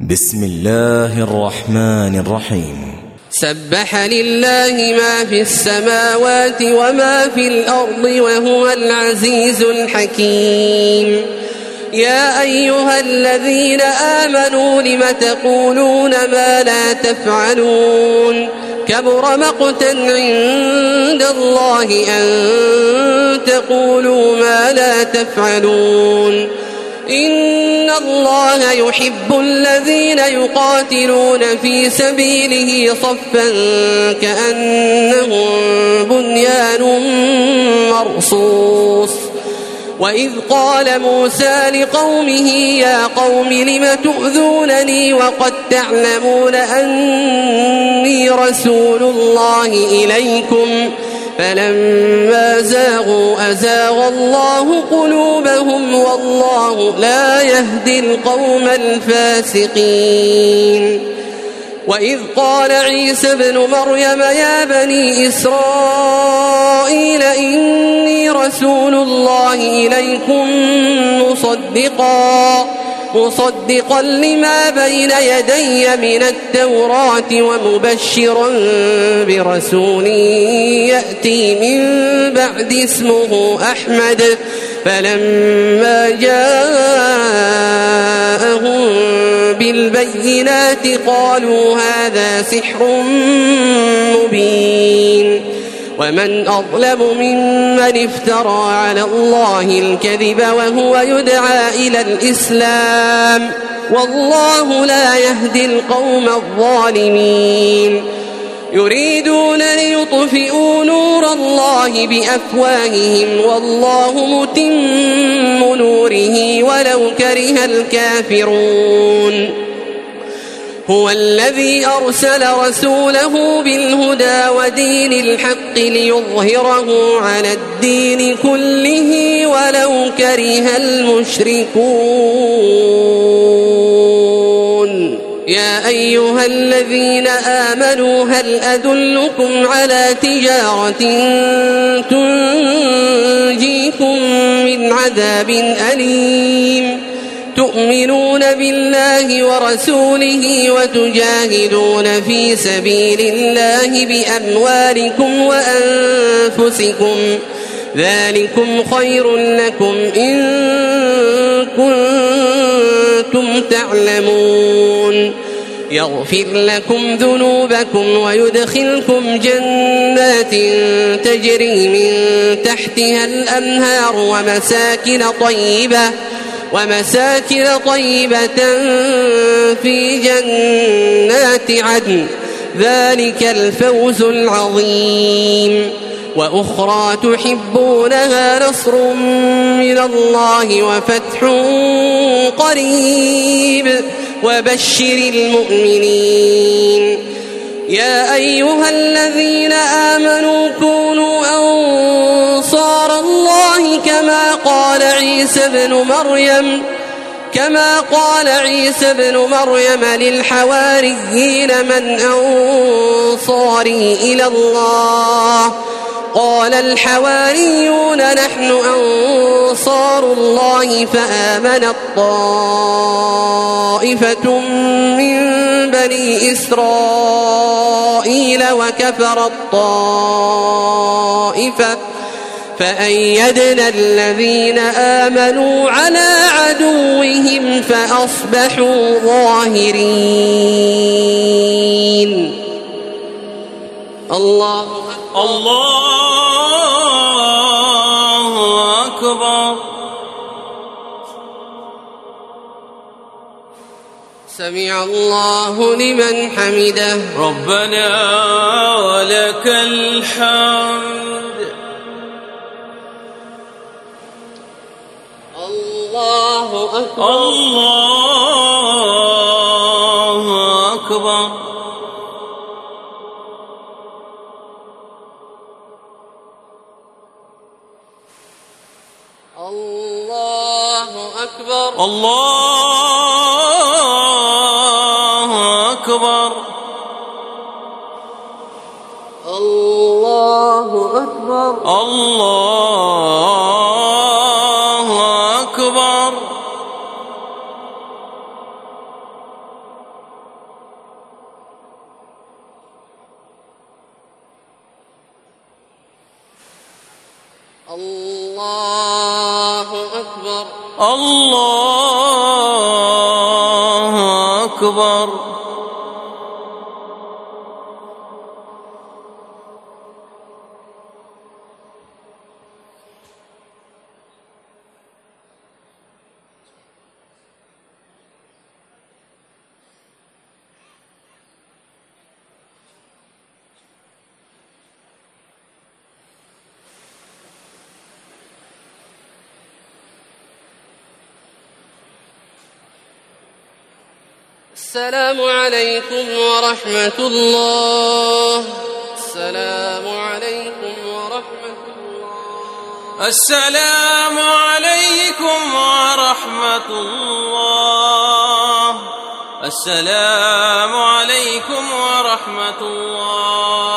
بسم الله الرحمن الرحيم. سبح لله ما في السماوات وما في الأرض وهو العزيز الحكيم. يا أيها الذين آمنوا لم تقولون ما لا تفعلون كبر مقتا عند الله أن تقولوا ما لا تفعلون. إن الله يحب الذين يقاتلون في سبيله صفا كأنهم بنيان مرصوص. وإذ قال موسى لقومه يا قوم لم تؤذونني وقد تعلمون أني رسول الله إليكم فلما زاغوا أزاغ الله قلوبهم والله لا يهدي القوم الفاسقين. وإذ قال عيسى ابن مريم يا بني إسرائيل إني رسول الله إليكم مصدقا لما بين يدي من التوراة ومبشرا برسول يأتي من بعد اسمه أحمد. فلما جاءهم بالبينات قالوا هذا سحر مبين. ومن أظلم ممن افترى على الله الكذب وهو يدعى إلى الإسلام والله لا يهدي القوم الظالمين. يريدون ليطفئوا نور الله بأفواههم والله متم نوره ولو كره الكافرون. هو الذي أرسل رسوله بالهدى ودين الحق ليظهره على الدين كله ولو كره المشركون. يا أيها الذين آمنوا هل أدلكم على تجارة تنجيكم من عذاب أليم تؤمنون بالله ورسوله وتجاهدون في سبيل الله بأموالكم وأنفسكم ذلكم خير لكم إن كنتم تعلمون. يغفر لكم ذنوبكم ويدخلكم جنات تجري من تحتها الأنهار ومساكن طيبة في جنات عدن ذلك الفوز العظيم. وأخرى تحبونها نصر من الله وفتح قريب وبشر المؤمنين. يا أيها الذين آمنوا كونوا أنصار الله كما قال عيسى ابن مريم للحواريين من أنصاري إلى الله قال الحواريون نحن أنصار الله فآمنت طائفة من بني إسرائيل وكفرت طائفة فأيدنا الذين آمنوا على عدوهم فأصبحوا ظاهرين. الله أكبر. سمع الله لمن حمده ربنا ولك الحمد. الله أكبر. الله أكبر. الله أكبر. الله أكبر. الله أكبر. الله أكبر. الله أكبر. الله أكبر. السلام عليكم ورحمة الله. السلام عليكم ورحمة الله. السلام عليكم ورحمة الله. السلام عليكم ورحمة الله.